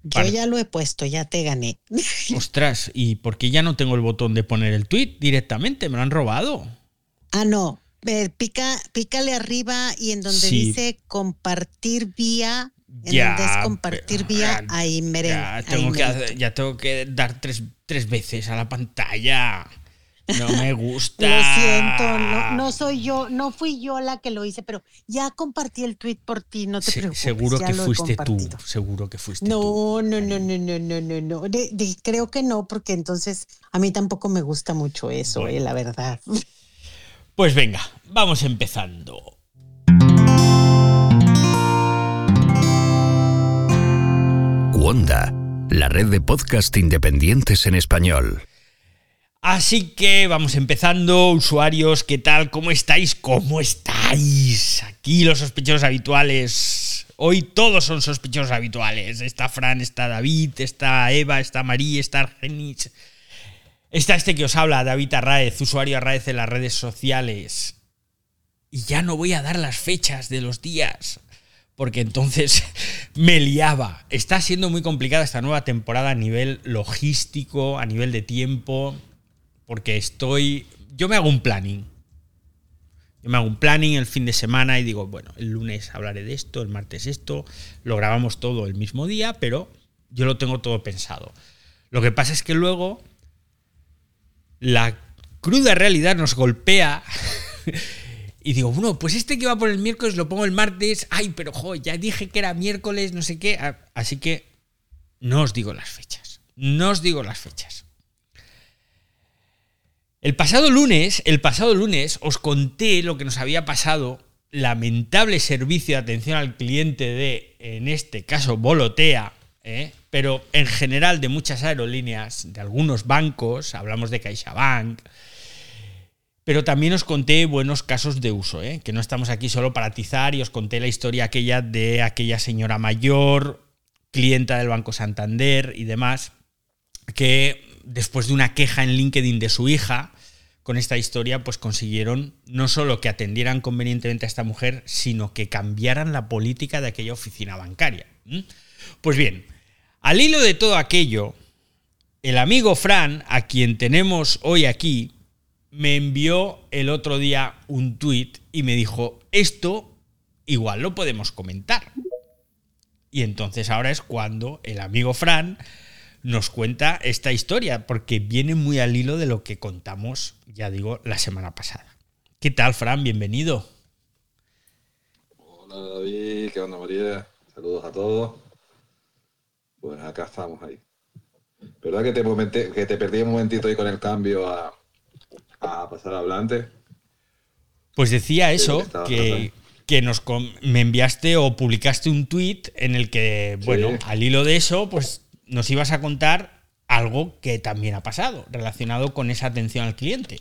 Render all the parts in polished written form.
Yo ya lo he puesto, ya te gané. Ostras, ¿y por qué ya no tengo el botón de poner el tweet directamente? ¿Me lo han robado? Ah, no. Pícale arriba y en donde dice compartir vía, en donde es compartir vía, ahí merengue. Ya tengo que dar tres veces a la pantalla. No me gusta. Lo siento, no soy yo, no fui yo la que lo hice, pero ya compartí el tweet por ti, no te preocupes. Seguro que fuiste tú, seguro que fuiste tú. No. Creo que no, porque entonces a mí tampoco me gusta mucho eso, bueno. La verdad. Pues venga, vamos empezando. Wanda, la red de podcast independientes en español. Así que vamos empezando, usuarios, ¿qué tal? ¿Cómo estáis? ¿Cómo estáis? Aquí los sospechosos habituales. Hoy todos son sospechosos habituales. Está Fran, está David, está Eva, está María, está Argenis. Está este que os habla, David Arráez, usuario Arráez en las redes sociales. Y ya no voy a dar las fechas de los días, porque entonces me liaba. Está siendo muy complicada esta nueva temporada a nivel logístico, a nivel de tiempo, porque yo me hago un planning. Yo me hago un planning el fin de semana y digo, bueno, el lunes hablaré de esto, el martes esto, lo grabamos todo el mismo día, pero yo lo tengo todo pensado. Lo que pasa es que luego la cruda realidad nos golpea y digo, bueno, pues este que va por el miércoles lo pongo el martes. Ay, pero ya dije que era miércoles, no sé qué. Así que no os digo las fechas. El pasado lunes os conté lo que nos había pasado, lamentable servicio de atención al cliente de, en este caso, Volotea, pero en general de muchas aerolíneas, de algunos bancos, hablamos de CaixaBank, pero también os conté buenos casos de uso, que no estamos aquí solo para atizar, y os conté la historia aquella de aquella señora mayor, clienta del Banco Santander y demás, que después de una queja en LinkedIn de su hija, con esta historia, pues consiguieron no solo que atendieran convenientemente a esta mujer, sino que cambiaran la política de aquella oficina bancaria. Pues bien, al hilo de todo aquello, el amigo Fran, a quien tenemos hoy aquí, me envió el otro día un tuit y me dijo, esto igual lo podemos comentar. Y entonces ahora es cuando el amigo Fran nos cuenta esta historia, porque viene muy al hilo de lo que contamos, ya digo, la semana pasada. ¿Qué tal, Fran? Bienvenido. Hola, David. ¿Qué onda, María? Saludos a todos. Pues acá estamos ahí. ¿Verdad que te perdí un momentito ahí con el cambio a pasar a hablante? Pues decía eso, que me enviaste o publicaste un tuit en el que, bueno, sí, al hilo de eso, pues nos ibas a contar algo que también ha pasado, relacionado con esa atención al cliente.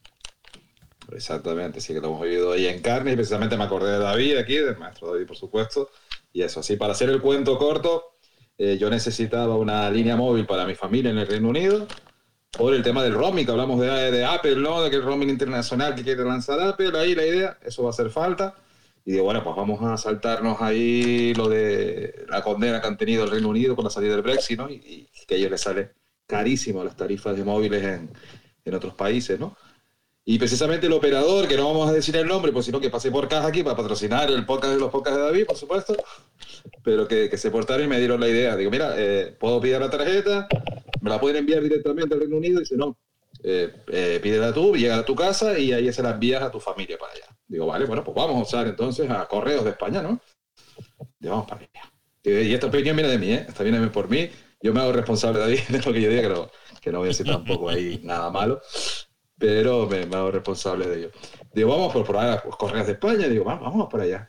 Exactamente, sí que lo hemos vivido ahí en carne, y precisamente me acordé de David aquí, del maestro David, por supuesto, y eso, así, para hacer el cuento corto, yo necesitaba una línea móvil para mi familia en el Reino Unido, por el tema del roaming, que hablamos de Apple, ¿no? De que el roaming internacional que quiere lanzar Apple, ahí la idea, eso va a hacer falta. Y digo, bueno, pues vamos a saltarnos ahí lo de la condena que han tenido el Reino Unido con la salida del Brexit, ¿no? Y que a ellos les sale carísimo las tarifas de móviles en otros países, ¿no? Y precisamente el operador, que no vamos a decir el nombre, pues sino que pasé por caja aquí para patrocinar el podcast de los podcasts de David, por supuesto, pero que se portaron y me dieron la idea. Digo, mira, puedo pedir la tarjeta, me la pueden enviar directamente al Reino Unido, y dice, no, pídela tú, llega a tu casa y ahí se la envías a tu familia para allá. Digo, vale, bueno, pues vamos a usar entonces a Correos de España, ¿no? Y vamos para allá. Y esta opinión viene de mí, Esta viene por mí. Yo me hago responsable, David, de lo que yo diga, que no voy a decir tampoco ahí nada malo, pero me hago responsable de ello. Digo, vamos por probar a Correos de España. Digo, vamos por allá.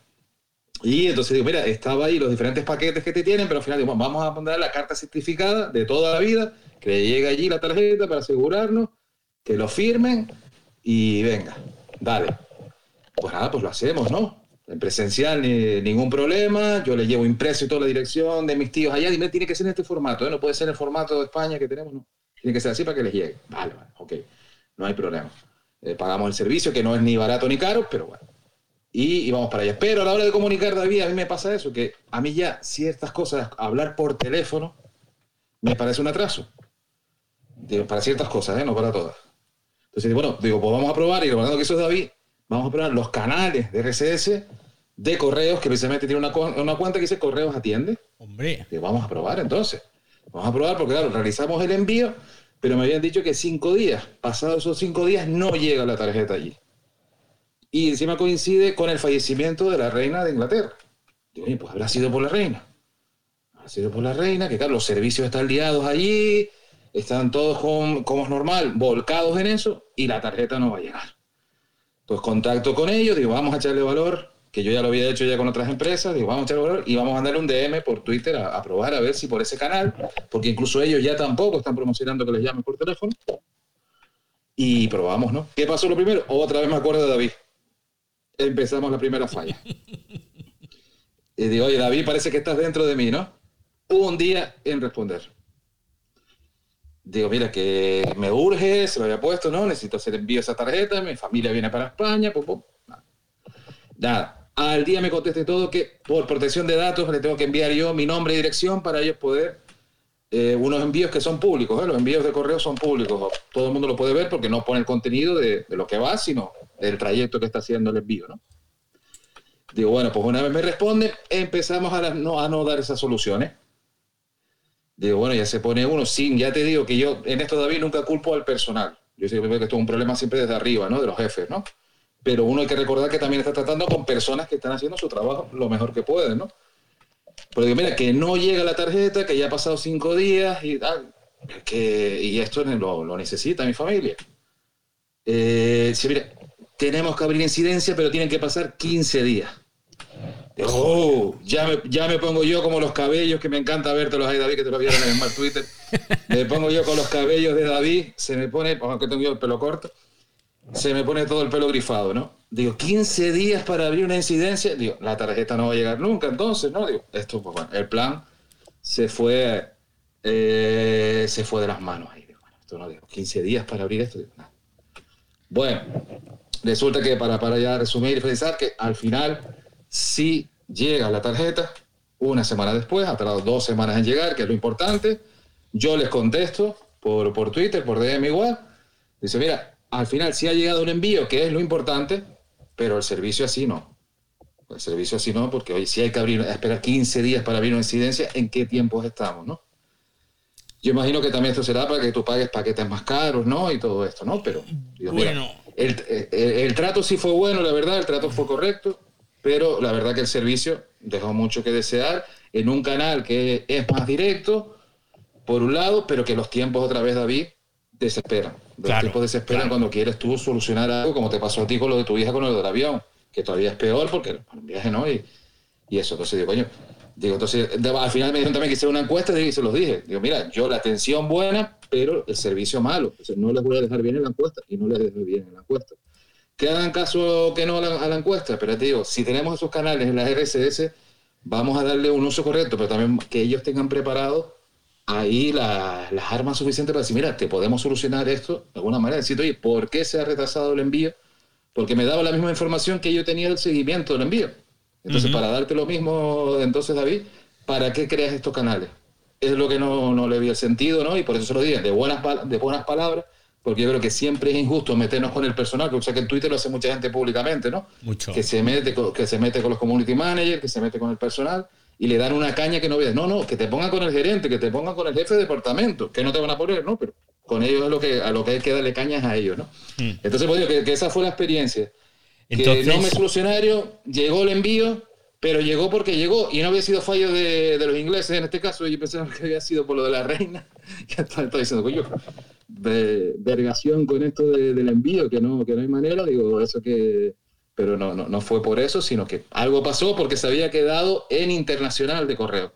Y entonces digo, mira, estaba ahí los diferentes paquetes que te tienen, pero al final digo, vamos a poner la carta certificada de toda la vida, que le llegue allí la tarjeta para asegurarnos, que lo firmen y venga, dale. Pues nada, pues lo hacemos, ¿no? En presencial ningún problema, yo le llevo impreso y toda la dirección de mis tíos allá, dime, tiene que ser en este formato, no puede ser en el formato de España que tenemos, no. Tiene que ser así para que les llegue. Vale, ok, no hay problema. Pagamos el servicio, que no es ni barato ni caro, pero bueno. Y vamos para allá. Pero a la hora de comunicar, David, a mí me pasa eso, que a mí ya ciertas cosas, hablar por teléfono, me parece un atraso. Digo, para ciertas cosas, no para todas. Entonces, bueno, digo, pues vamos a probar, y lo que hizo David, vamos a probar los canales de RCS de correos, que precisamente tiene una cuenta que dice Correos Atiende. Hombre. Digo, vamos a probar entonces. Vamos a probar porque, claro, realizamos el envío, pero me habían dicho que 5 días. Pasados esos 5 días no llega la tarjeta allí. Y encima coincide con el fallecimiento de la reina de Inglaterra. Digo, oye, pues habrá sido por la reina. Habrá sido por la reina, que claro, los servicios están liados allí, están todos como es normal, volcados en eso, y la tarjeta no va a llegar. Pues contacto con ellos, digo, vamos a echarle valor, que yo ya lo había hecho ya con otras empresas, digo, vamos a echarle valor y vamos a mandarle un DM por Twitter a probar a ver si por ese canal, porque incluso ellos ya tampoco están promocionando que les llamen por teléfono, y probamos, ¿no? ¿Qué pasó lo primero? Otra vez me acuerdo de David. Empezamos la primera falla. Y digo, oye, David, parece que estás dentro de mí, ¿no? Un día en responder. Digo, mira, que me urge, se lo había puesto, ¿no? Necesito hacer envío esa tarjeta, mi familia viene para España, nada. Al día me contesté todo que por protección de datos le tengo que enviar yo mi nombre y dirección para ellos poder, unos envíos que son públicos, los envíos de correo son públicos, todo el mundo lo puede ver porque no pone el contenido de lo que va, sino del trayecto que está haciendo el envío, ¿no? Digo, bueno, pues una vez me responde, empezamos a no dar esas soluciones. Digo, bueno, ya se pone uno sin, ya te digo que yo en esto, David, nunca culpo al personal. Yo sé que esto es un problema siempre desde arriba, ¿no? De los jefes, ¿no? Pero uno hay que recordar que también está tratando con personas que están haciendo su trabajo lo mejor que pueden, ¿no? Pero digo, mira, que no llega la tarjeta, que ya ha pasado 5 días y tal, y esto lo necesita mi familia. Sí, mira, tenemos que abrir incidencia, pero tienen que pasar 15 días. Ya me pongo yo como los cabellos, que me encanta vértelos ahí, David, que te lo vieron en el Smart Twitter. Me pongo yo con los cabellos de David, se me pone, aunque tengo yo el pelo corto, se me pone todo el pelo grifado, ¿no? Digo, 15 días para abrir una incidencia. Digo, la tarjeta no va a llegar nunca, entonces, ¿no? Digo, esto, pues bueno, el plan se fue de las manos ahí. Digo, bueno, esto no, digo, 15 días para abrir esto, digo, nada. Bueno, resulta que para ya resumir y finalizar, que al final sí llega la tarjeta, una semana después, ha tardado 2 semanas en llegar, que es lo importante. Yo les contesto por Twitter, por DM igual. Dice, mira, al final sí ha llegado un envío, que es lo importante, pero el servicio así no. El servicio así no, porque hoy sí hay que esperar 15 días para abrir una incidencia. ¿En qué tiempos estamos, no? Yo imagino que también esto será para que tú pagues paquetes más caros, ¿no? Y todo esto, ¿no? Pero, digo, bueno, mira, el trato sí fue bueno, la verdad, el trato fue correcto, pero la verdad que el servicio dejó mucho que desear en un canal que es más directo, por un lado, pero que los tiempos otra vez, David, desesperan. Los tiempos desesperan cuando quieres tú solucionar algo, como te pasó a ti con lo de tu hija con lo del avión, que todavía es peor porque el viaje no, y eso. Entonces digo, coño, entonces al final me dijeron también que hice una encuesta y se los dije. Digo, mira, yo la atención buena, pero el servicio malo. Entonces no les voy a dejar bien en la encuesta y no les dejo bien en la encuesta. Que hagan caso que no a la encuesta, pero te digo, si tenemos esos canales en las RCS, vamos a darle un uso correcto, pero también que ellos tengan preparado ahí las armas suficientes para decir, mira, te podemos solucionar esto de alguna manera. Decir, oye, ¿por qué se ha retrasado el envío? Porque me daba la misma información que yo tenía del seguimiento del envío. Entonces, para darte lo mismo, entonces, David, ¿para qué creas estos canales? Es lo que no le vi el sentido, ¿no? Y por eso se lo dije, de buenas palabras, porque yo creo que siempre es injusto meternos con el personal, que, o sea, que en Twitter lo hace mucha gente públicamente, ¿no? Mucho. Que se mete con los community managers, que se mete con el personal, y le dan una caña que no veas. No, que te pongan con el gerente, que te pongan con el jefe de departamento, que no te van a poner, ¿no? Pero con ellos es a lo que hay que darle cañas a ellos, ¿no? Entonces, pues digo que esa fue la experiencia. Entonces, que no me solucionario, llegó el envío, pero llegó porque llegó, y no había sido fallo de los ingleses en este caso. Yo pensaba que había sido por lo de la reina, que estaba diciendo, coño, vergación con esto del envío, que no hay manera, digo, eso que... Pero no fue por eso, sino que algo pasó porque se había quedado en internacional de correo.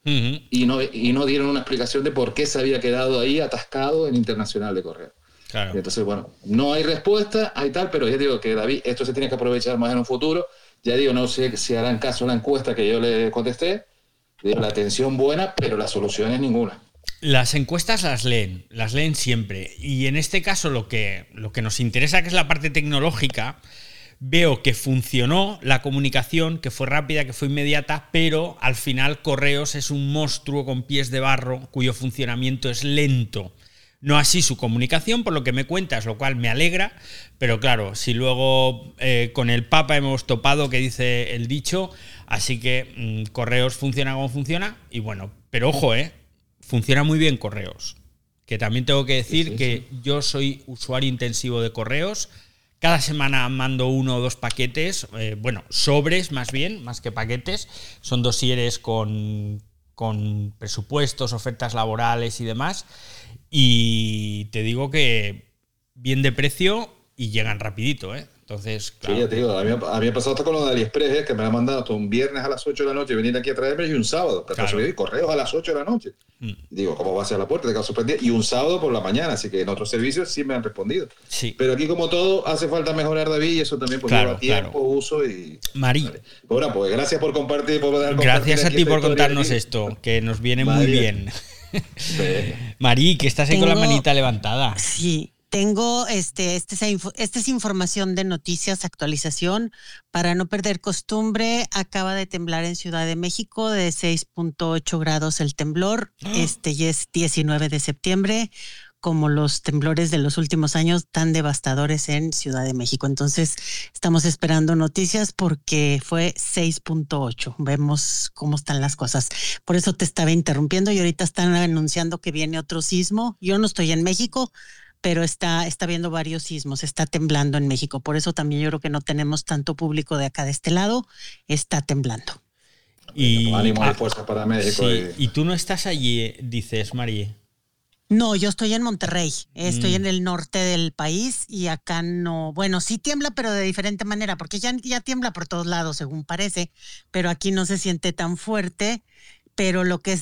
Y no dieron una explicación de por qué se había quedado ahí atascado en internacional de correo. Claro. Entonces, bueno, no hay respuesta, hay tal, pero ya digo que, David, esto se tiene que aprovechar más en un futuro. Ya digo, no sé si harán caso a la encuesta que yo le contesté. Digo, la atención buena, pero la solución es ninguna. Las encuestas las leen siempre. Y en este caso lo que nos interesa, que es la parte tecnológica, veo que funcionó la comunicación, que fue rápida, que fue inmediata, pero al final Correos es un monstruo con pies de barro cuyo funcionamiento es lento. No así su comunicación, por lo que me cuentas, lo cual me alegra, pero claro, si luego con el Papa hemos topado, que dice el dicho, así que Correos funciona como funciona, y bueno, pero ojo, funciona muy bien Correos, que también tengo que decir que yo soy usuario intensivo de Correos. Cada semana mando 1 o 2 paquetes, sobres más bien, más que paquetes, son dosieres con presupuestos, ofertas laborales y demás. Y te digo que bien de precio y llegan rapidito, Entonces, claro. Sí, ya te digo, a mí me pasó hasta con lo de AliExpress, que me lo han mandado hasta un viernes a las 8 de la noche, venir aquí a traerme, y un sábado, que recibí correos a las 8 de la noche. Digo, ¿cómo va a ser la puerta? Te quedo sorprendido. Y un sábado por la mañana, así que en otros servicios sí me han respondido. Sí. Pero aquí, como todo, hace falta mejorar, David, y eso también lleva tiempo, uso y... Mari. Vale. Bueno, pues gracias por compartir. Gracias a ti por contarnos esto, que nos viene muy bien. Mari, que estás ahí con la manita levantada. Sí, tengo esta es información de noticias, actualización. Para no perder costumbre, acaba de temblar en Ciudad de México de 6.8 grados el temblor. Ya es 19 de septiembre, como los temblores de los últimos años tan devastadores en Ciudad de México. Entonces, estamos esperando noticias porque fue 6.8. Vemos cómo están las cosas. Por eso te estaba interrumpiendo, y ahorita están anunciando que viene otro sismo. Yo no estoy en México, pero está habiendo varios sismos, está temblando en México. Por eso también yo creo que no tenemos tanto público de acá de este lado, está temblando. Y ánimo y fuerza para México. Sí. Y tú no estás allí, dices, Mari. No, yo estoy en Monterrey, estoy en el norte del país, y acá no, bueno, sí tiembla, pero de diferente manera, porque ya tiembla por todos lados, según parece, pero aquí no se siente tan fuerte. Pero lo que es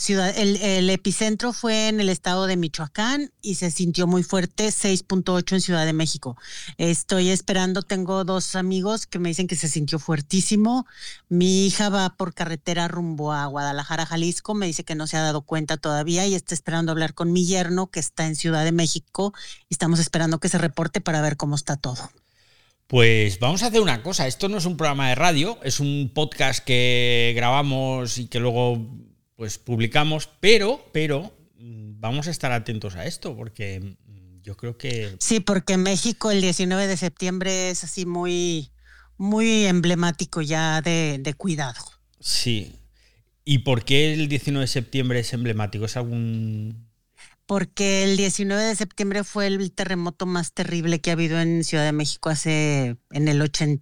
el epicentro fue en el estado de Michoacán y se sintió muy fuerte, 6.8 en Ciudad de México. Estoy esperando, tengo 2 amigos que me dicen que se sintió fuertísimo. Mi hija va por carretera rumbo a Guadalajara, Jalisco, me dice que no se ha dado cuenta todavía y está esperando hablar con mi yerno, que está en Ciudad de México, y estamos esperando que se reporte para ver cómo está todo. Pues vamos a hacer una cosa, esto no es un programa de radio, es un podcast que grabamos y que luego pues publicamos, pero vamos a estar atentos a esto, porque yo creo que... Sí, porque México el 19 de septiembre es así muy, muy emblemático ya de cuidado. Sí. ¿Y por qué el 19 de septiembre es emblemático? ¿Es algún...? Porque el 19 de septiembre fue el terremoto más terrible que ha habido en Ciudad de México en el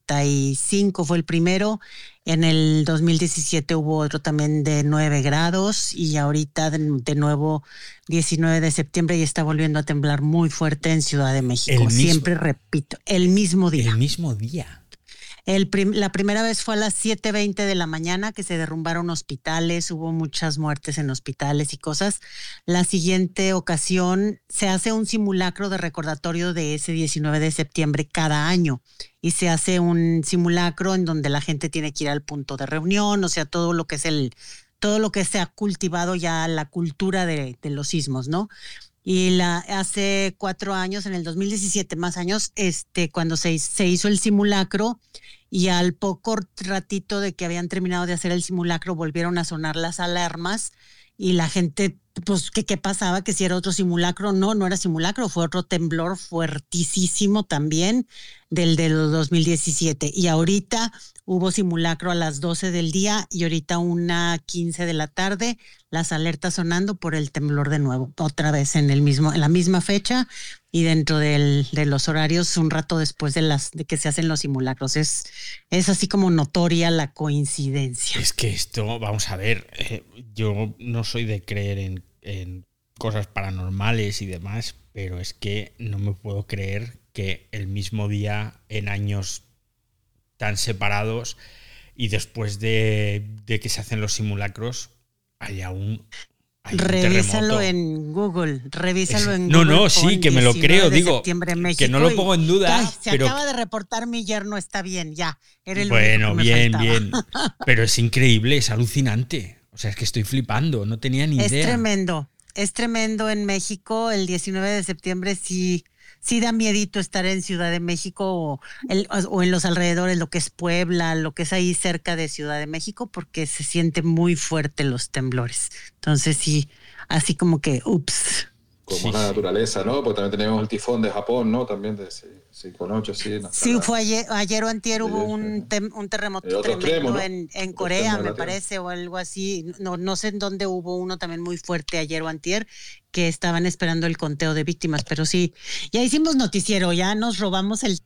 85 fue el primero, en el 2017 hubo otro también de 9 grados y ahorita de nuevo 19 de septiembre y está volviendo a temblar muy fuerte en Ciudad de México. Siempre repito, el mismo día. El mismo día. La primera vez fue a las 7:20 de la mañana que se derrumbaron hospitales, hubo muchas muertes en hospitales y cosas. La siguiente ocasión se hace un simulacro de recordatorio de ese 19 de septiembre cada año y se hace un simulacro en donde la gente tiene que ir al punto de reunión, o sea, todo lo que se ha cultivado ya la cultura de los sismos, ¿no? Y hace 4 años, en el 2017, más años, cuando se hizo el simulacro y al poco ratito de que habían terminado de hacer el simulacro volvieron a sonar las alarmas y la gente, pues, ¿qué pasaba? Que si era otro simulacro. No era simulacro, fue otro temblor fuertísimo también del 2017. Y ahorita hubo simulacro a las 12 del día y ahorita 1:15 de la tarde, las alertas sonando por el temblor de nuevo, otra vez en la misma fecha y dentro de los horarios un rato después de que se hacen los simulacros. Es así como notoria la coincidencia. Es que esto, vamos a ver, yo no soy de creer en cosas paranormales y demás, pero es que no me puedo creer que el mismo día, en años tan separados y después de que se hacen los simulacros, haya un revísalo terremoto. En Google, Google. No, sí, que me lo creo, digo, que no lo pongo en duda. Pero acaba de reportar mi yerno, está bien, ya. Era el bueno, único que me faltaba. Bien. Pero es increíble, es alucinante. O sea, es que estoy flipando, no tenía ni idea. Es tremendo en México. El 19 de septiembre sí sí da miedito estar en Ciudad de México o en los alrededores, lo que es Puebla, lo que es ahí cerca de Ciudad de México, porque se siente muy fuerte los temblores. Entonces sí, así como que, ups. Como la naturaleza, ¿no? Porque también tenemos el tifón de Japón, ¿no? También de 6,8, sí. Sí, fue ayer o antier hubo un terremoto tremendo, ¿no? en Corea, me parece, o algo así. No sé en dónde hubo uno también muy fuerte ayer o antier, que estaban esperando el conteo de víctimas, pero sí, ya hicimos noticiero, ya nos robamos el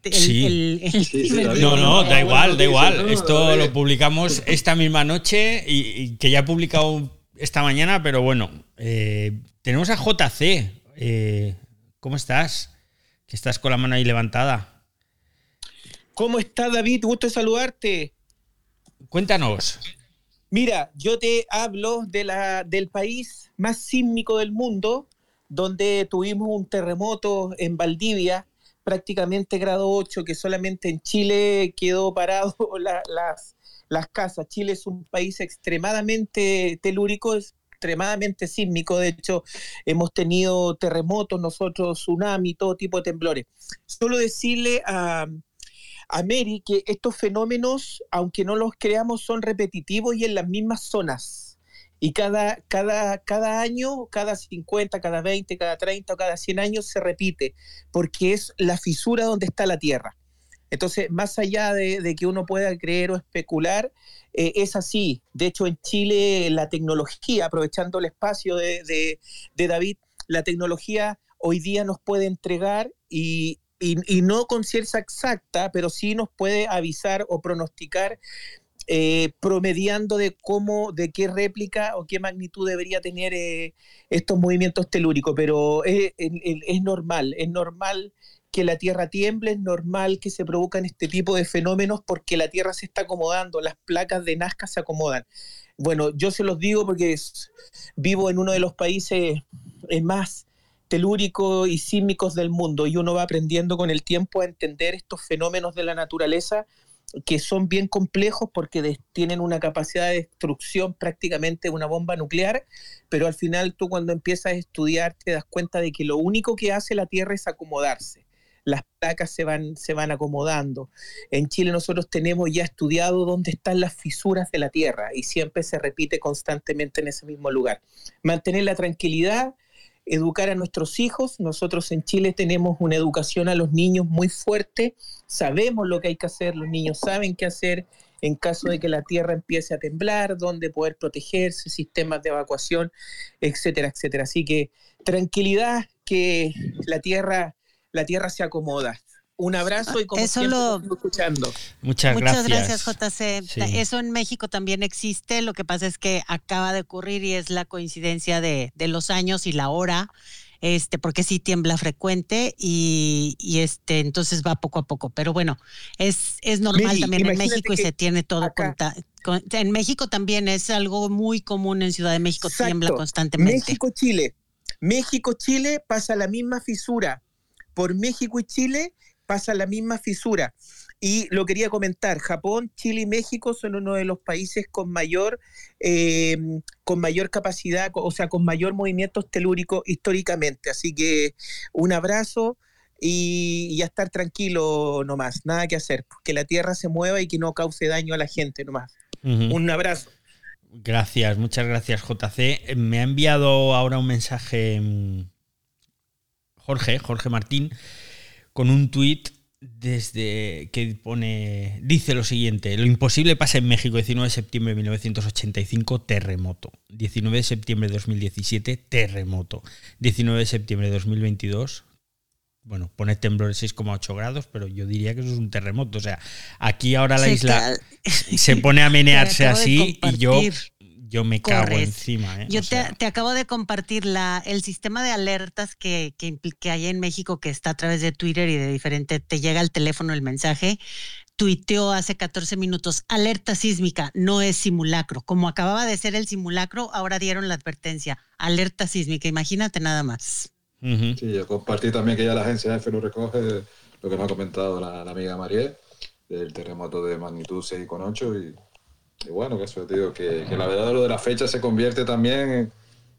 No, da igual. ¿No? Esto lo publicamos esta misma noche y que ya he publicado esta mañana, pero bueno, tenemos a JC. ¿Cómo estás? Que estás con la mano ahí levantada. ¿Cómo estás, David? Gusto de saludarte. Cuéntanos. Mira, yo te hablo del país más sísmico del mundo, donde tuvimos un terremoto en Valdivia, prácticamente grado 8, que solamente en Chile quedó parado las casas. Chile es un país extremadamente telúrico, extremadamente sísmico. De hecho, hemos tenido terremotos nosotros, tsunami, todo tipo de temblores. Solo decirle a Mary que estos fenómenos, aunque no los creamos, son repetitivos y en las mismas zonas. Y cada año, cada 50, cada 20, cada 30 o cada 100 años se repite, porque es la fisura donde está la Tierra. Entonces, más allá de que uno pueda creer o especular, es así. De hecho, en Chile la tecnología, aprovechando el espacio de David, la tecnología hoy día nos puede entregar y no con ciencia exacta, pero sí nos puede avisar o pronosticar, promediando de qué réplica o qué magnitud debería tener estos movimientos telúricos. Pero es normal que la Tierra tiemble, es normal que se produzcan este tipo de fenómenos porque la Tierra se está acomodando, las placas de Nazca se acomodan. Bueno, yo se los digo porque vivo en uno de los países más telúricos y sísmicos del mundo, y uno va aprendiendo con el tiempo a entender estos fenómenos de la naturaleza, que son bien complejos porque tienen una capacidad de destrucción prácticamente una bomba nuclear, pero al final tú, cuando empiezas a estudiar, te das cuenta de que lo único que hace la Tierra es acomodarse. Las placas se van acomodando. En Chile nosotros tenemos ya estudiado dónde están las fisuras de la Tierra y siempre se repite constantemente en ese mismo lugar. Mantener la tranquilidad, educar a nuestros hijos. Nosotros en Chile tenemos una educación a los niños muy fuerte, sabemos lo que hay que hacer, los niños saben qué hacer en caso de que la Tierra empiece a temblar, dónde poder protegerse, sistemas de evacuación, etcétera, etcétera. Así que tranquilidad, que la Tierra se acomoda. Un abrazo y como siempre estoy escuchando. Muchas gracias, JC. Sí. Eso en México también existe, lo que pasa es que acaba de ocurrir y es la coincidencia de los años y la hora, porque sí tiembla frecuente y entonces va poco a poco, pero bueno, es normal. Mary, también en México y se tiene todo en México también es algo muy común. En Ciudad de México tiembla constantemente. México-Chile pasa la misma fisura. Por México y Chile pasa la misma fisura. Y lo quería comentar, Japón, Chile y México son uno de los países con mayor capacidad, o sea, con mayor movimientos telúricos históricamente. Así que un abrazo y a estar tranquilo nomás, nada que hacer, que la Tierra se mueva y que no cause daño a la gente nomás. Uh-huh. Un abrazo. Gracias, muchas gracias, JC. Me ha enviado ahora un mensaje Jorge Martín, con un tuit dice lo siguiente: lo imposible pasa en México, 19 de septiembre de 1985, terremoto. 19 de septiembre de 2017, terremoto. 19 de septiembre de 2022, bueno, pone temblor de 6,8 grados, pero yo diría que eso es un terremoto. O sea, aquí ahora la isla se pone a menearse así y yo me cago encima. Yo te acabo de compartir el sistema de alertas que hay en México, que está a través de Twitter y de diferente, te llega al teléfono el mensaje. Tuiteó hace 14 minutos, alerta sísmica, no es simulacro. Como acababa de ser el simulacro, ahora dieron la advertencia, alerta sísmica, imagínate nada más. Uh-huh. Sí, yo compartí también que ya la agencia EFE lo recoge, lo que me ha comentado la amiga Mariel, del terremoto de magnitud 6,8 y bueno, que eso te digo, que la verdad lo de la fecha se convierte también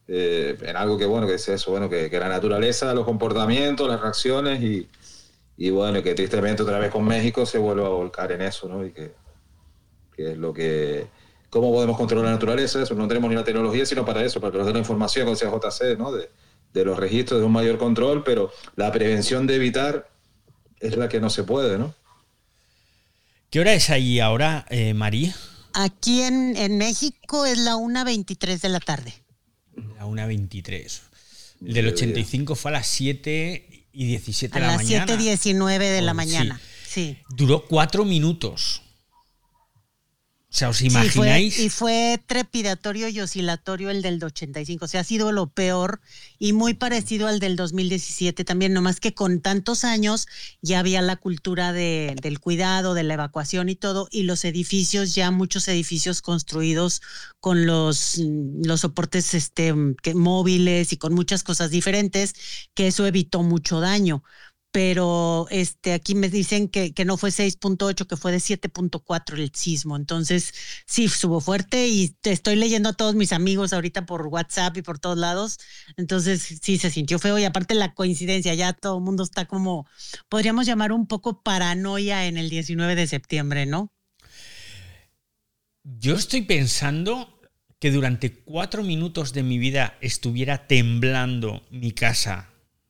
en algo que, bueno, que es eso, bueno, que la naturaleza, los comportamientos, las reacciones y bueno, que tristemente otra vez con México se vuelve a volcar en eso, ¿no? Y que es lo que... ¿Cómo podemos controlar la naturaleza? Eso no tenemos ni la tecnología, sino para eso, para que nos dé la información, como decía JC, ¿no? De los registros, de un mayor control, pero la prevención de evitar es la que no se puede, ¿no? ¿Qué hora es ahí ahora, Marí? Aquí en México es la 1:23 de la tarde. La 1:23. El del 85 fue a las 7:17 de la mañana. A las 7:19 de la mañana, sí. Duró 4 minutos. O sea, ¿os imagináis? Sí, fue trepidatorio y oscilatorio el del 85. O sea, ha sido lo peor y muy parecido al del 2017 también, nomás que con tantos años ya había la cultura del cuidado, de la evacuación y todo, y los edificios, ya muchos edificios construidos con los soportes móviles y con muchas cosas diferentes, que eso evitó mucho daño. Pero aquí me dicen que no fue 6.8, que fue de 7.4 el sismo. Entonces, sí, estuvo fuerte y te estoy leyendo a todos mis amigos ahorita por WhatsApp y por todos lados. Entonces, sí, se sintió feo y aparte la coincidencia, ya todo el mundo está como, podríamos llamar un poco paranoia en el 19 de septiembre, ¿no? Yo estoy pensando que durante 4 minutos de mi vida estuviera temblando mi casa.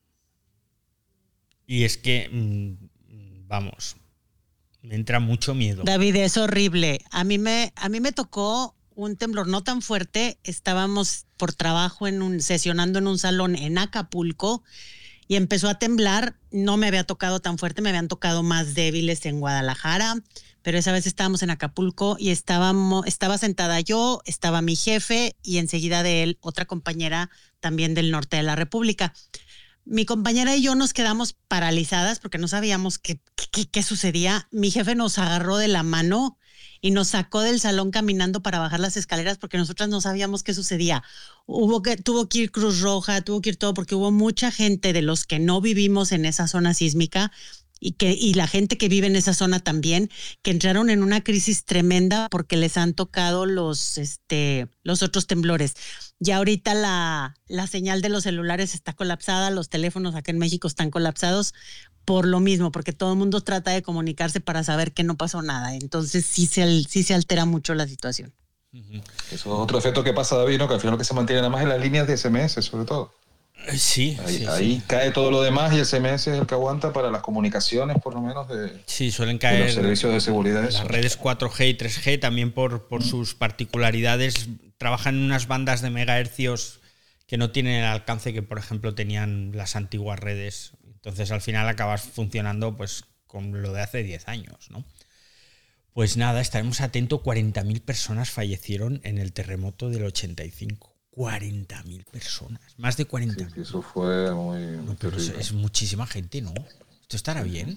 Y es que, vamos, me entra mucho miedo. David, es horrible. A mí me tocó un temblor no tan fuerte. Estábamos por trabajo sesionando en un salón en Acapulco y empezó a temblar. No me había tocado tan fuerte, me habían tocado más débiles en Guadalajara, pero esa vez estábamos en Acapulco y estaba sentada yo, estaba mi jefe y enseguida de él otra compañera también del norte de la República. Mi compañera y yo nos quedamos paralizadas porque no sabíamos qué sucedía. Mi jefe nos agarró de la mano y nos sacó del salón caminando para bajar las escaleras porque nosotras no sabíamos qué sucedía. Tuvo que ir Cruz Roja, tuvo que ir todo porque hubo mucha gente de los que no vivimos en esa zona sísmica y la gente que vive en esa zona también, que entraron en una crisis tremenda porque les han tocado los otros temblores. Ya ahorita la señal de los celulares está colapsada, los teléfonos acá en México están colapsados por lo mismo, porque todo el mundo trata de comunicarse para saber que no pasó nada. Entonces sí se altera mucho la situación. Eso es otro efecto que pasa, David, ¿no? Que al final lo que se mantiene nada más es las líneas de SMS, sobre todo. Sí. Ahí cae todo lo demás y el SMS es el que aguanta para las comunicaciones, por lo menos, suelen caer de los servicios de seguridad. Las redes 4G y 3G también por sus particularidades trabajan en unas bandas de megahercios que no tienen el alcance que, por ejemplo, tenían las antiguas redes. Entonces, al final acabas funcionando pues con lo de hace 10 años, ¿no? Pues nada, estaremos atentos. 40.000 personas fallecieron en el terremoto del 85. 40.000 personas, más de 40.000. Sí, eso fue muy pero es muchísima gente, ¿no? ¿Esto estará bien?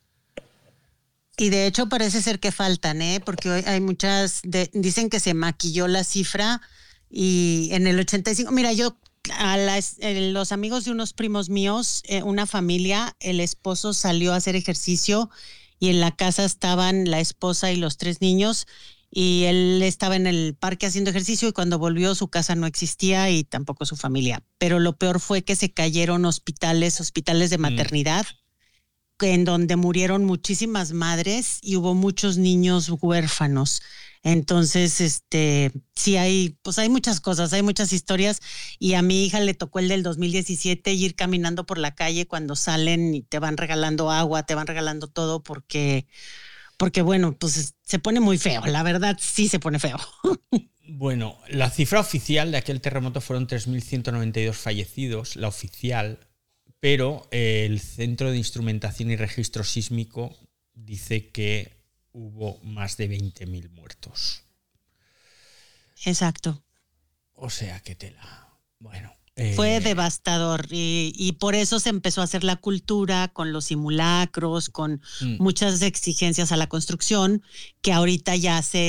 Y de hecho parece ser que faltan, porque hoy hay dicen que se maquilló la cifra y en el 85, mira, yo los amigos de unos primos míos, una familia, el esposo salió a hacer ejercicio y en la casa estaban la esposa y los 3 niños. Y él estaba en el parque haciendo ejercicio y cuando volvió su casa no existía y tampoco su familia. Pero lo peor fue que se cayeron hospitales de maternidad, en donde murieron muchísimas madres y hubo muchos niños huérfanos. Entonces, sí hay muchas cosas, hay muchas historias y a mi hija le tocó el del 2017 ir caminando por la calle cuando salen y te van regalando agua, te van regalando todo porque bueno, pues se pone muy feo, la verdad sí se pone feo. Bueno, la cifra oficial de aquel terremoto fueron 3.192 fallecidos, la oficial, pero el Centro de Instrumentación y Registro Sísmico dice que hubo más de 20.000 muertos. Exacto. O sea, qué tela. Bueno. Fue devastador y por eso se empezó a hacer la cultura con los simulacros, con muchas exigencias a la construcción, que ahorita ya se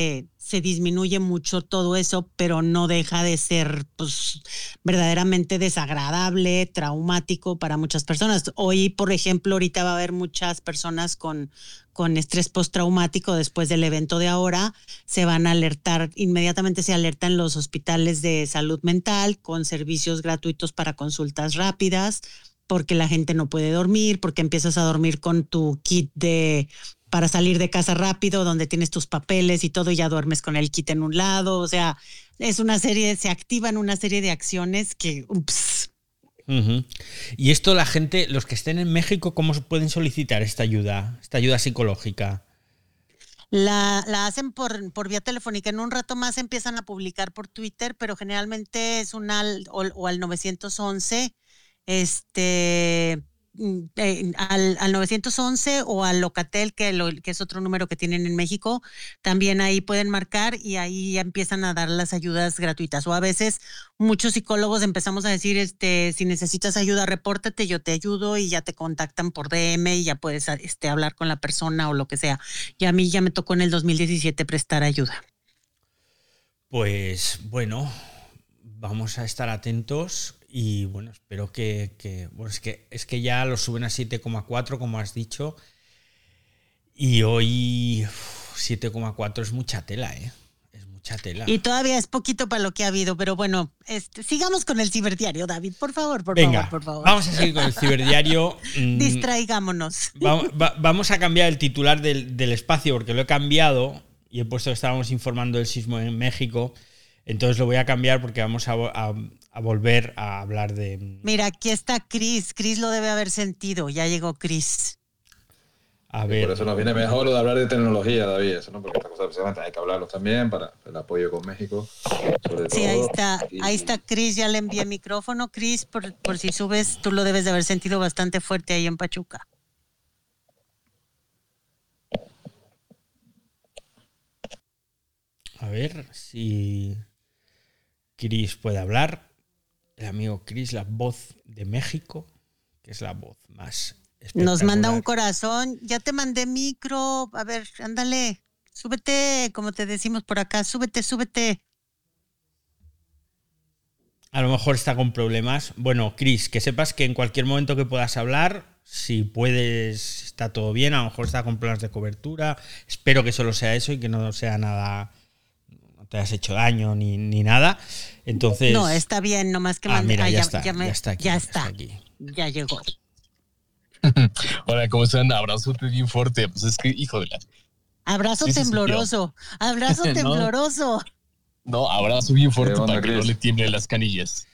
se disminuye mucho todo eso, pero no deja de ser pues verdaderamente desagradable, traumático para muchas personas. Hoy, por ejemplo, ahorita va a haber muchas personas con estrés postraumático después del evento de ahora. Se van a alertar, inmediatamente se alertan los hospitales de salud mental con servicios gratuitos para consultas rápidas, porque la gente no puede dormir, porque empiezas a dormir con tu kit para salir de casa rápido, donde tienes tus papeles y todo, y ya duermes con el kit en un lado. O sea, se activan una serie de acciones que, ups. Uh-huh. Y esto la gente, los que estén en México, ¿cómo pueden solicitar esta ayuda psicológica? La hacen por vía telefónica. En un rato más empiezan a publicar por Twitter, pero generalmente es o al 911, al 911 o al Locatel, que es otro número que tienen en México. También ahí pueden marcar y ahí ya empiezan a dar las ayudas gratuitas. O a veces muchos psicólogos empezamos a decir, si necesitas ayuda, repórtate, yo te ayudo, y ya te contactan por DM y ya puedes hablar con la persona o lo que sea. Y a mí ya me tocó en el 2017 prestar ayuda. Pues bueno, vamos a estar atentos. Y bueno, espero que bueno, es que ya lo suben a 7,4, como has dicho. Y hoy 7,4 es mucha tela, ¿eh? Es mucha tela. Y todavía es poquito para lo que ha habido, pero bueno, sigamos con el ciberdiario, David, por favor. Venga, por favor. Vamos a seguir con el ciberdiario. Distraigámonos. Vamos a cambiar el titular del espacio, porque lo he cambiado y he puesto que estábamos informando del sismo en México. Entonces lo voy a cambiar porque vamos a volver a hablar de... Mira, aquí está Chris. Chris lo debe haber sentido. Ya llegó Chris. A ver. Por eso nos viene mejor lo de hablar de tecnología, David. Eso, ¿no? Porque estas cosas precisamente hay que hablarlos también para el apoyo con México. Sobre sí, todo. Ahí está Chris. Ya le envié micrófono. Chris, por si subes, tú lo debes de haber sentido bastante fuerte ahí en Pachuca. A ver si Chris puede hablar. El amigo Chris, la voz de México, que es la voz más espectacular. Nos manda un corazón. Ya te mandé micro. A ver, ándale. Súbete, como te decimos por acá. Súbete. A lo mejor está con problemas. Bueno, Chris, que sepas que en cualquier momento que puedas hablar, si puedes, está todo bien. A lo mejor está con problemas de cobertura. Espero que solo sea eso y que no sea nada... te has hecho daño ni nada. Entonces... No, está bien, nomás que mande. Mira, ya está aquí. Ya llegó. Hola, ¿cómo están? Abrazote bien fuerte. Pues es que, hijo de la... Abrazo tembloroso. Abrazo tembloroso. No, abrazo bien fuerte para que no le tiemblen las canillas.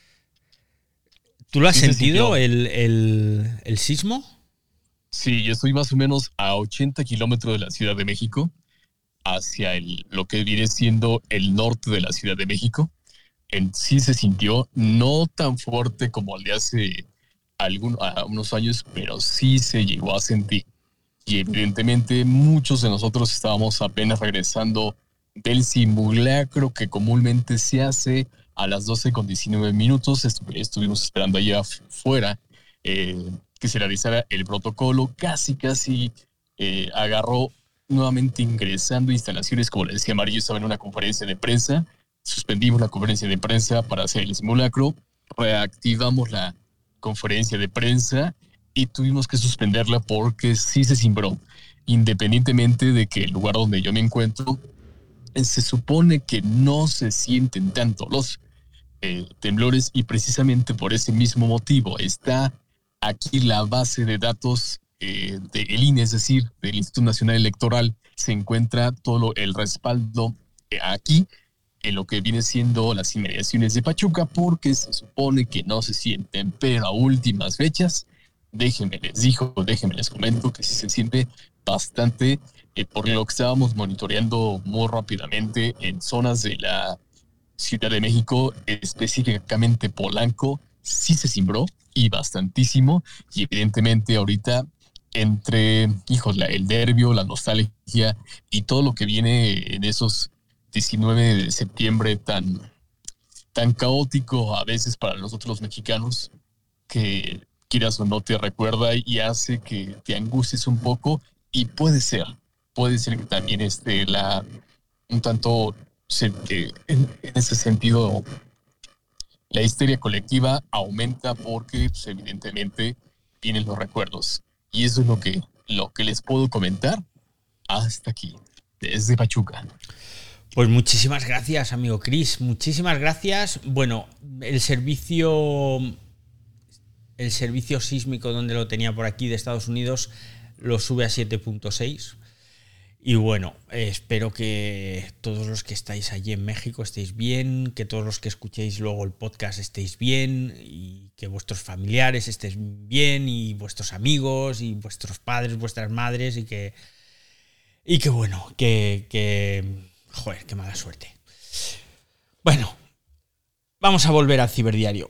¿Tú lo has sentido, el sismo? Sí, yo estoy más o menos a 80 kilómetros de la Ciudad de México, hacia lo que viene siendo el norte de la Ciudad de México. Sí se sintió no tan fuerte como el de hace unos años, pero sí se llegó a sentir. Y evidentemente muchos de nosotros estábamos apenas regresando del simulacro que comúnmente se hace a las 12:19. Estuvimos esperando allá afuera que se realizara el protocolo. Casi agarró nuevamente ingresando instalaciones. Como le decía Mario, yo estaba en una conferencia de prensa. Suspendimos la conferencia de prensa para hacer el simulacro. Reactivamos la conferencia de prensa y tuvimos que suspenderla porque sí se cimbró. Independientemente de que el lugar donde yo me encuentro, se supone que no se sienten tanto los temblores, y precisamente por ese mismo motivo está aquí la base de datos del INE, es decir, del Instituto Nacional Electoral. Se encuentra todo el respaldo aquí en lo que viene siendo las inmediaciones de Pachuca, porque se supone que no se sienten, pero a últimas fechas, déjenme les comento que sí se siente bastante, por lo que estábamos monitoreando muy rápidamente en zonas de la Ciudad de México, específicamente Polanco, sí se cimbró y bastantísimo, y evidentemente ahorita entre, el nervio, la nostalgia y todo lo que viene en esos 19 de septiembre tan caótico a veces para nosotros los mexicanos, que quieras o no te recuerda y hace que te angusties un poco, y puede ser que también un tanto, en ese sentido, la histeria colectiva aumenta porque, pues, evidentemente, vienen los recuerdos. Y eso es lo que les puedo comentar hasta aquí, desde Pachuca. Pues muchísimas gracias, amigo Chris. Muchísimas gracias. Bueno, el servicio sísmico donde lo tenía por aquí de Estados Unidos lo sube a 7.6. Y bueno, espero que todos los que estáis allí en México estéis bien, que todos los que escuchéis luego el podcast estéis bien y que vuestros familiares estén bien y vuestros amigos y vuestros padres, vuestras madres y que bueno, joder, qué mala suerte. Bueno, vamos a volver al ciberdiario.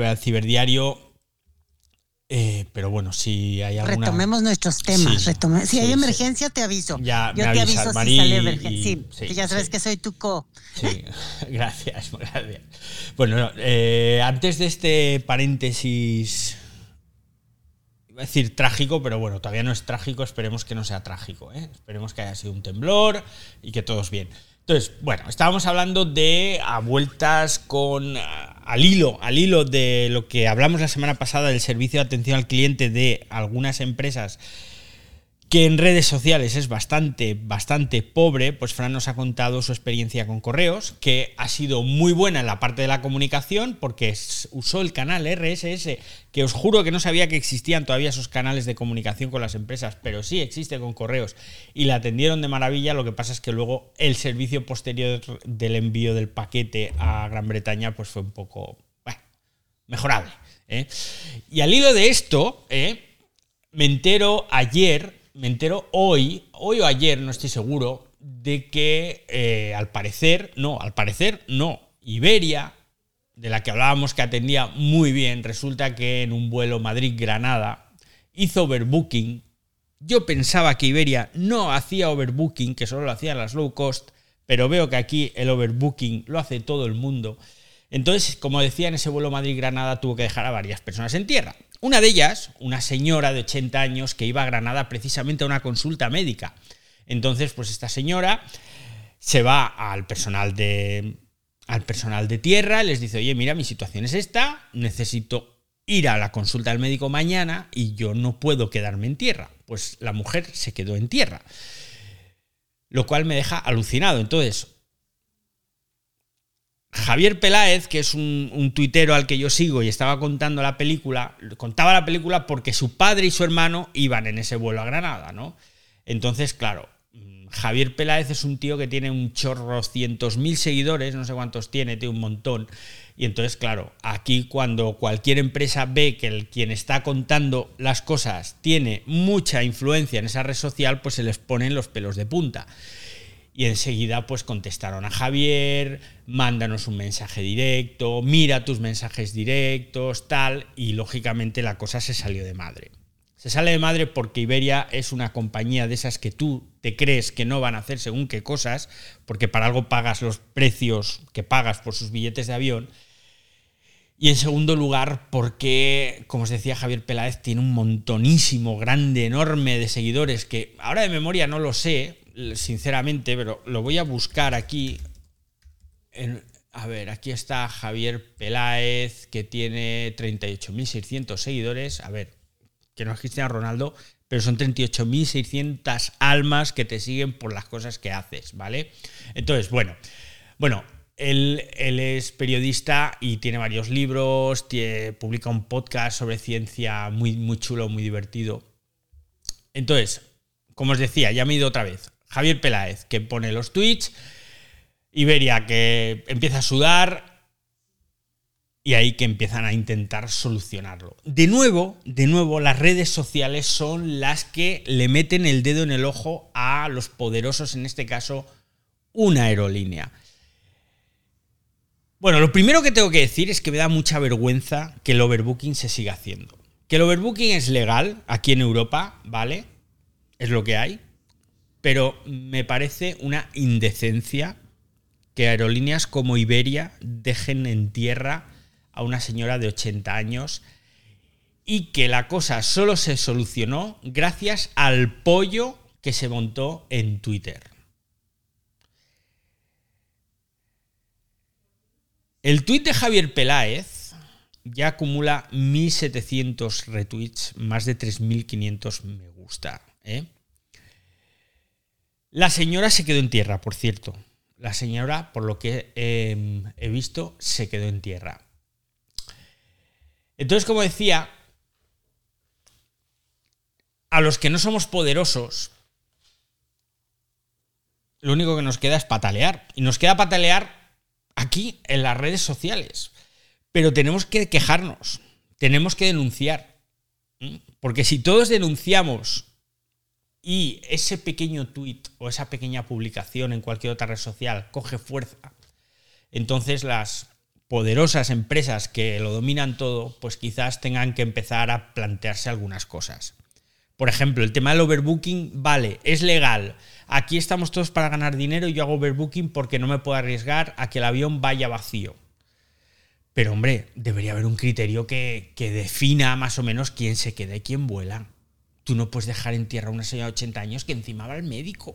Pero bueno, si hay alguna... Retomemos nuestros temas. Sí, si hay emergencia, te aviso. Ya yo me te avisas, aviso Mari, si sale emergencia. Sí, que ya sabes sí. que soy tu co. Sí, gracias. Bueno, antes de este paréntesis, iba a decir trágico, pero bueno, todavía no es trágico, esperemos que no sea trágico, ¿eh? Esperemos que haya sido un temblor y que todos bien. Entonces, bueno, estábamos hablando de a vueltas con... Al hilo de lo que hablamos la semana pasada del servicio de atención al cliente de algunas empresas que en redes sociales es bastante pobre, pues Fran nos ha contado su experiencia con correos, que ha sido muy buena en la parte de la comunicación porque usó el canal RSS, que os juro que no sabía que existían todavía esos canales de comunicación con las empresas, pero sí existe con correos y la atendieron de maravilla. Lo que pasa es que luego el servicio posterior del envío del paquete a Gran Bretaña pues fue un poco mejorable, ¿eh? Y al hilo de esto, me entero hoy o ayer, no estoy seguro, de que al parecer no, Iberia, de la que hablábamos que atendía muy bien, resulta que en un vuelo Madrid-Granada hizo overbooking. Yo pensaba que Iberia no hacía overbooking, que solo lo hacían las low cost, pero veo que aquí el overbooking lo hace todo el mundo. Entonces, como decía, en ese vuelo Madrid-Granada tuvo que dejar a varias personas en tierra. Una de ellas, una señora de 80 años que iba a Granada precisamente a una consulta médica. Entonces, pues esta señora se va al personal de tierra, les dice, oye, mira, mi situación es esta, necesito ir a la consulta del médico mañana y yo no puedo quedarme en tierra. Pues la mujer se quedó en tierra, lo cual me deja alucinado. Entonces, Javier Peláez, que es un tuitero al que yo sigo y estaba contaba la película porque su padre y su hermano iban en ese vuelo a Granada, ¿no? Entonces, claro, Javier Peláez es un tío que tiene un chorro, 100.000 seguidores, no sé cuántos tiene un montón. Y entonces, claro, aquí cuando cualquier empresa ve que quien está contando las cosas tiene mucha influencia en esa red social, pues se les ponen los pelos de punta. Y enseguida pues contestaron a Javier, mándanos un mensaje directo, mira tus mensajes directos, tal, y lógicamente la cosa se salió de madre. Se sale de madre porque Iberia es una compañía de esas que tú te crees que no van a hacer según qué cosas, porque para algo pagas los precios que pagas por sus billetes de avión. Y en segundo lugar, porque, como os decía, Javier Peláez tiene un montonísimo, grande, enorme de seguidores que ahora de memoria no lo sé, sinceramente, pero lo voy a buscar aquí. A ver, aquí está Javier Peláez, que tiene 38.600 seguidores. A ver, que no es Cristiano Ronaldo, pero son 38.600 almas que te siguen por las cosas que haces, ¿vale? Entonces, bueno, él es periodista y tiene varios libros, publica un podcast sobre ciencia muy, muy chulo, muy divertido. Entonces, como os decía, ya me he ido otra vez. Javier Peláez, que pone los tweets, Iberia, que empieza a sudar, y ahí que empiezan a intentar solucionarlo. De nuevo, las redes sociales son las que le meten el dedo en el ojo a los poderosos, en este caso, una aerolínea. Bueno, lo primero que tengo que decir es que me da mucha vergüenza que el overbooking se siga haciendo. Que el overbooking es legal aquí en Europa, ¿vale? Es lo que hay. Pero me parece una indecencia que aerolíneas como Iberia dejen en tierra a una señora de 80 años y que la cosa solo se solucionó gracias al pollo que se montó en Twitter. El tuit de Javier Peláez ya acumula 1.700 retweets, más de 3.500 me gusta. La señora se quedó en tierra, por cierto. La señora, por lo que he visto, se quedó en tierra. Entonces, como decía, a los que no somos poderosos, lo único que nos queda es patalear. Y nos queda patalear aquí, en las redes sociales. Pero tenemos que quejarnos, tenemos que denunciar. Porque si todos denunciamos y ese pequeño tuit o esa pequeña publicación en cualquier otra red social coge fuerza, entonces las poderosas empresas que lo dominan todo, pues quizás tengan que empezar a plantearse algunas cosas. Por ejemplo, el tema del overbooking, vale, es legal. Aquí estamos todos para ganar dinero y yo hago overbooking porque no me puedo arriesgar a que el avión vaya vacío. Pero hombre, debería haber un criterio que defina más o menos quién se queda y quién vuela. Tú no puedes dejar en tierra a una señora de 80 años que encima va al médico.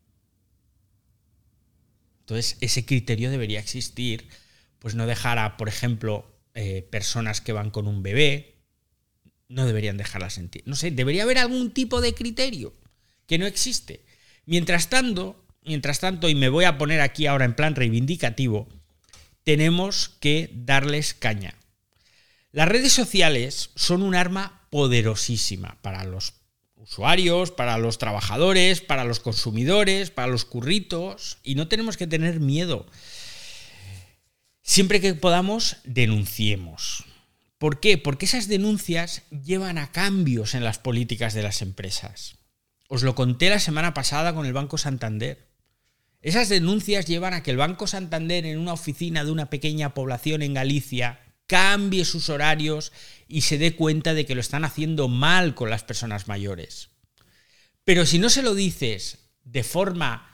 Entonces, ese criterio debería existir. Pues no dejar a, por ejemplo, personas que van con un bebé, no deberían dejarlas en tierra. No sé, debería haber algún tipo de criterio que no existe. Mientras tanto, y me voy a poner aquí ahora en plan reivindicativo, tenemos que darles caña. Las redes sociales son un arma poderosísima para los usuarios, para los trabajadores, para los consumidores, para los curritos, y no tenemos que tener miedo. Siempre que podamos, denunciemos. ¿Por qué? Porque esas denuncias llevan a cambios en las políticas de las empresas. Os lo conté la semana pasada con el Banco Santander. Esas denuncias llevan a que el Banco Santander, en una oficina de una pequeña población en Galicia, cambie sus horarios y se dé cuenta de que lo están haciendo mal con las personas mayores. Pero si no se lo dices de forma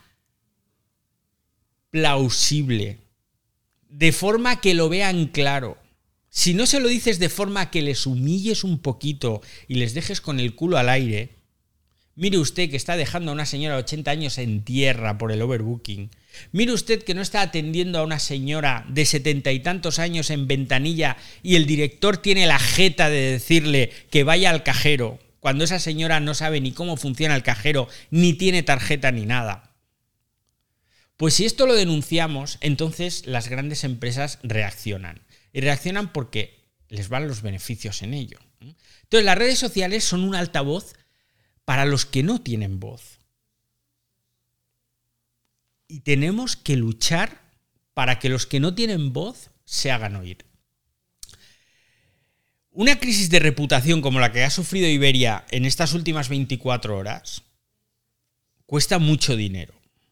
plausible, de forma que lo vean claro, si no se lo dices de forma que les humilles un poquito y les dejes con el culo al aire, mire usted que está dejando a una señora de 80 años en tierra por el overbooking. Mire usted que no está atendiendo a una señora de 70 y tantos años en ventanilla y el director tiene la jeta de decirle que vaya al cajero, cuando esa señora no sabe ni cómo funciona el cajero, ni tiene tarjeta ni nada. Pues si esto lo denunciamos, entonces las grandes empresas reaccionan. Y reaccionan porque les van los beneficios en ello. Entonces las redes sociales son un altavoz para los que no tienen voz. Y tenemos que luchar para que los que no tienen voz se hagan oír. Una crisis de reputación como la que ha sufrido Iberia en estas últimas 24 horas cuesta mucho dinero.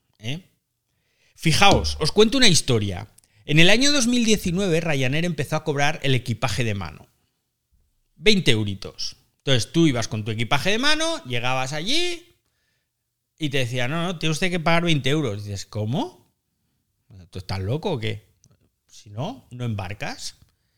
Fijaos, os cuento una historia. En el año 2019 Ryanair empezó a cobrar el equipaje de mano. 20 euritos. Entonces tú ibas con tu equipaje de mano, llegabas allí y te decían, no, tiene usted que pagar 20 euros. Y dices, ¿cómo? ¿Tú estás loco o qué? Si no, no embarcas.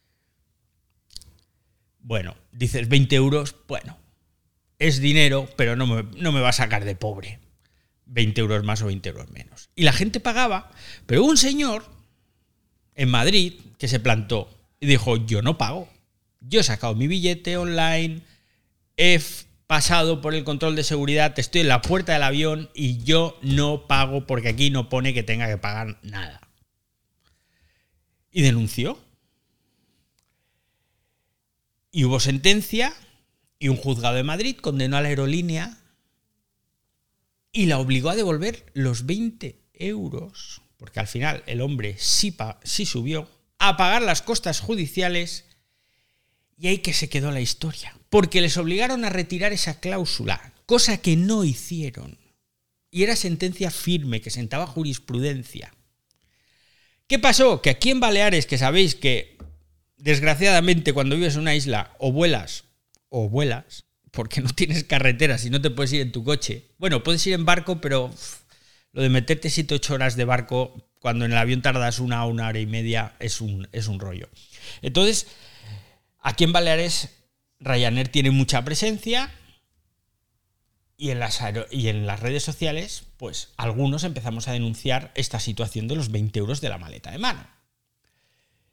Bueno, dices 20 euros, bueno, es dinero, pero no me va a sacar de pobre. 20 euros más o 20 euros menos. Y la gente pagaba, pero hubo un señor en Madrid que se plantó y dijo, yo no pago. Yo he sacado mi billete online, he pasado por el control de seguridad, estoy en la puerta del avión y yo no pago porque aquí no pone que tenga que pagar nada. Y denunció. Y hubo sentencia y un juzgado de Madrid condenó a la aerolínea y la obligó a devolver los 20 euros, porque al final el hombre sí subió, a pagar las costas judiciales, y ahí que se quedó la historia, porque les obligaron a retirar esa cláusula, cosa que no hicieron, y era sentencia firme que sentaba jurisprudencia. ¿Qué pasó? Que aquí en Baleares, que sabéis que desgraciadamente cuando vives en una isla o vuelas, porque no tienes carreteras y no te puedes ir en tu coche. Bueno, puedes ir en barco, pero lo de meterte 7-8 horas de barco cuando en el avión tardas una hora y media es un rollo. Entonces, aquí en Baleares, Ryanair tiene mucha presencia y en las redes sociales, pues algunos empezamos a denunciar esta situación de los 20 euros de la maleta de mano.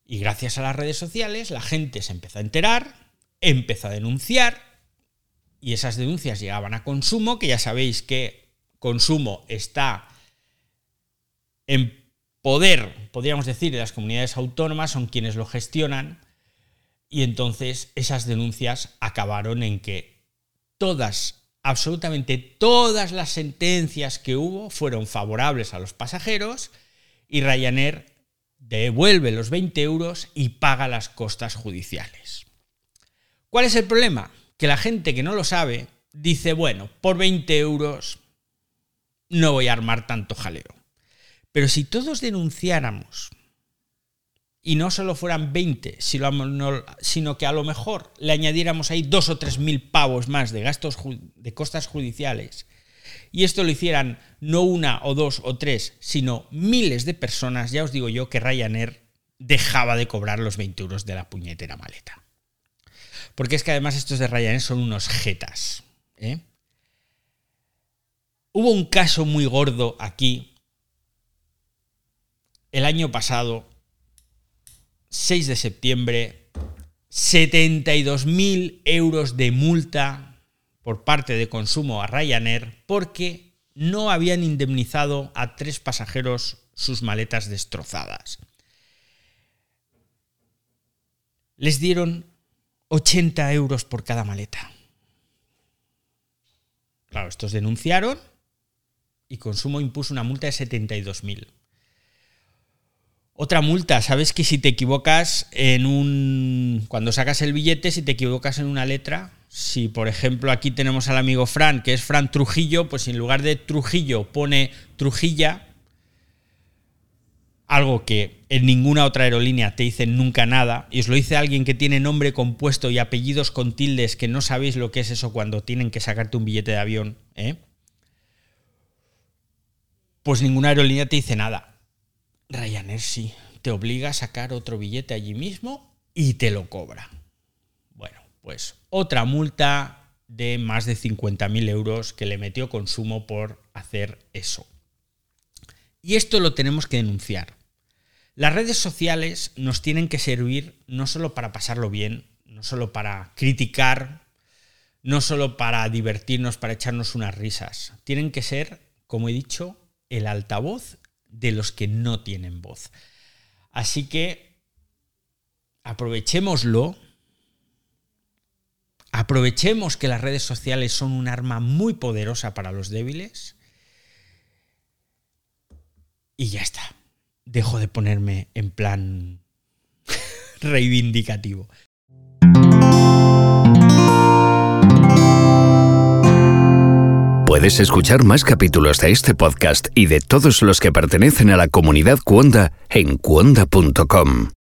Y gracias a las redes sociales la gente se empezó a enterar, empezó a denunciar y esas denuncias llegaban a Consumo, que ya sabéis que Consumo está en poder, podríamos decir, de las comunidades autónomas, son quienes lo gestionan, y entonces esas denuncias acabaron en que absolutamente todas las sentencias que hubo fueron favorables a los pasajeros y Ryanair devuelve los 20 euros y paga las costas judiciales. ¿Cuál es el problema? Que la gente que no lo sabe dice, bueno, por 20 euros no voy a armar tanto jaleo. Pero si todos denunciáramos, y no solo fueran 20, sino que a lo mejor le añadiéramos ahí 2 o 3 mil pavos más de gastos de costas judiciales, y esto lo hicieran no 1 o 2 o 3, sino miles de personas, ya os digo yo que Ryanair dejaba de cobrar los 20 euros de la puñetera maleta. Porque es que además estos de Ryanair son unos jetas, ¿eh? Hubo un caso muy gordo aquí el año pasado, 6 de septiembre, 72.000 euros de multa por parte de Consumo a Ryanair porque no habían indemnizado a 3 pasajeros sus maletas destrozadas. Les dieron 80 euros por cada maleta. Claro, estos denunciaron y Consumo impuso una multa de 72.000. Otra multa, ¿sabes que si te equivocas cuando sacas el billete, si te equivocas en una letra, si por ejemplo aquí tenemos al amigo Fran, que es Fran Trujillo, pues si en lugar de Trujillo pone Trujilla, algo que en ninguna otra aerolínea te dicen nunca nada, y os lo dice alguien que tiene nombre compuesto y apellidos con tildes, que no sabéis lo que es eso cuando tienen que sacarte un billete de avión, pues ninguna aerolínea te dice nada. Ryanair sí, te obliga a sacar otro billete allí mismo y te lo cobra. Bueno, pues otra multa de más de 50.000 euros que le metió Consumo por hacer eso. Y esto lo tenemos que denunciar. Las redes sociales nos tienen que servir no solo para pasarlo bien, no solo para criticar, no solo para divertirnos, para echarnos unas risas. Tienen que ser, como he dicho, el altavoz de los que no tienen voz. Así que aprovechémoslo, aprovechemos que las redes sociales son un arma muy poderosa para los débiles y ya está. Dejo de ponerme en plan reivindicativo. Puedes escuchar más capítulos de este podcast y de todos los que pertenecen a la comunidad Cuonda en cuonda.com.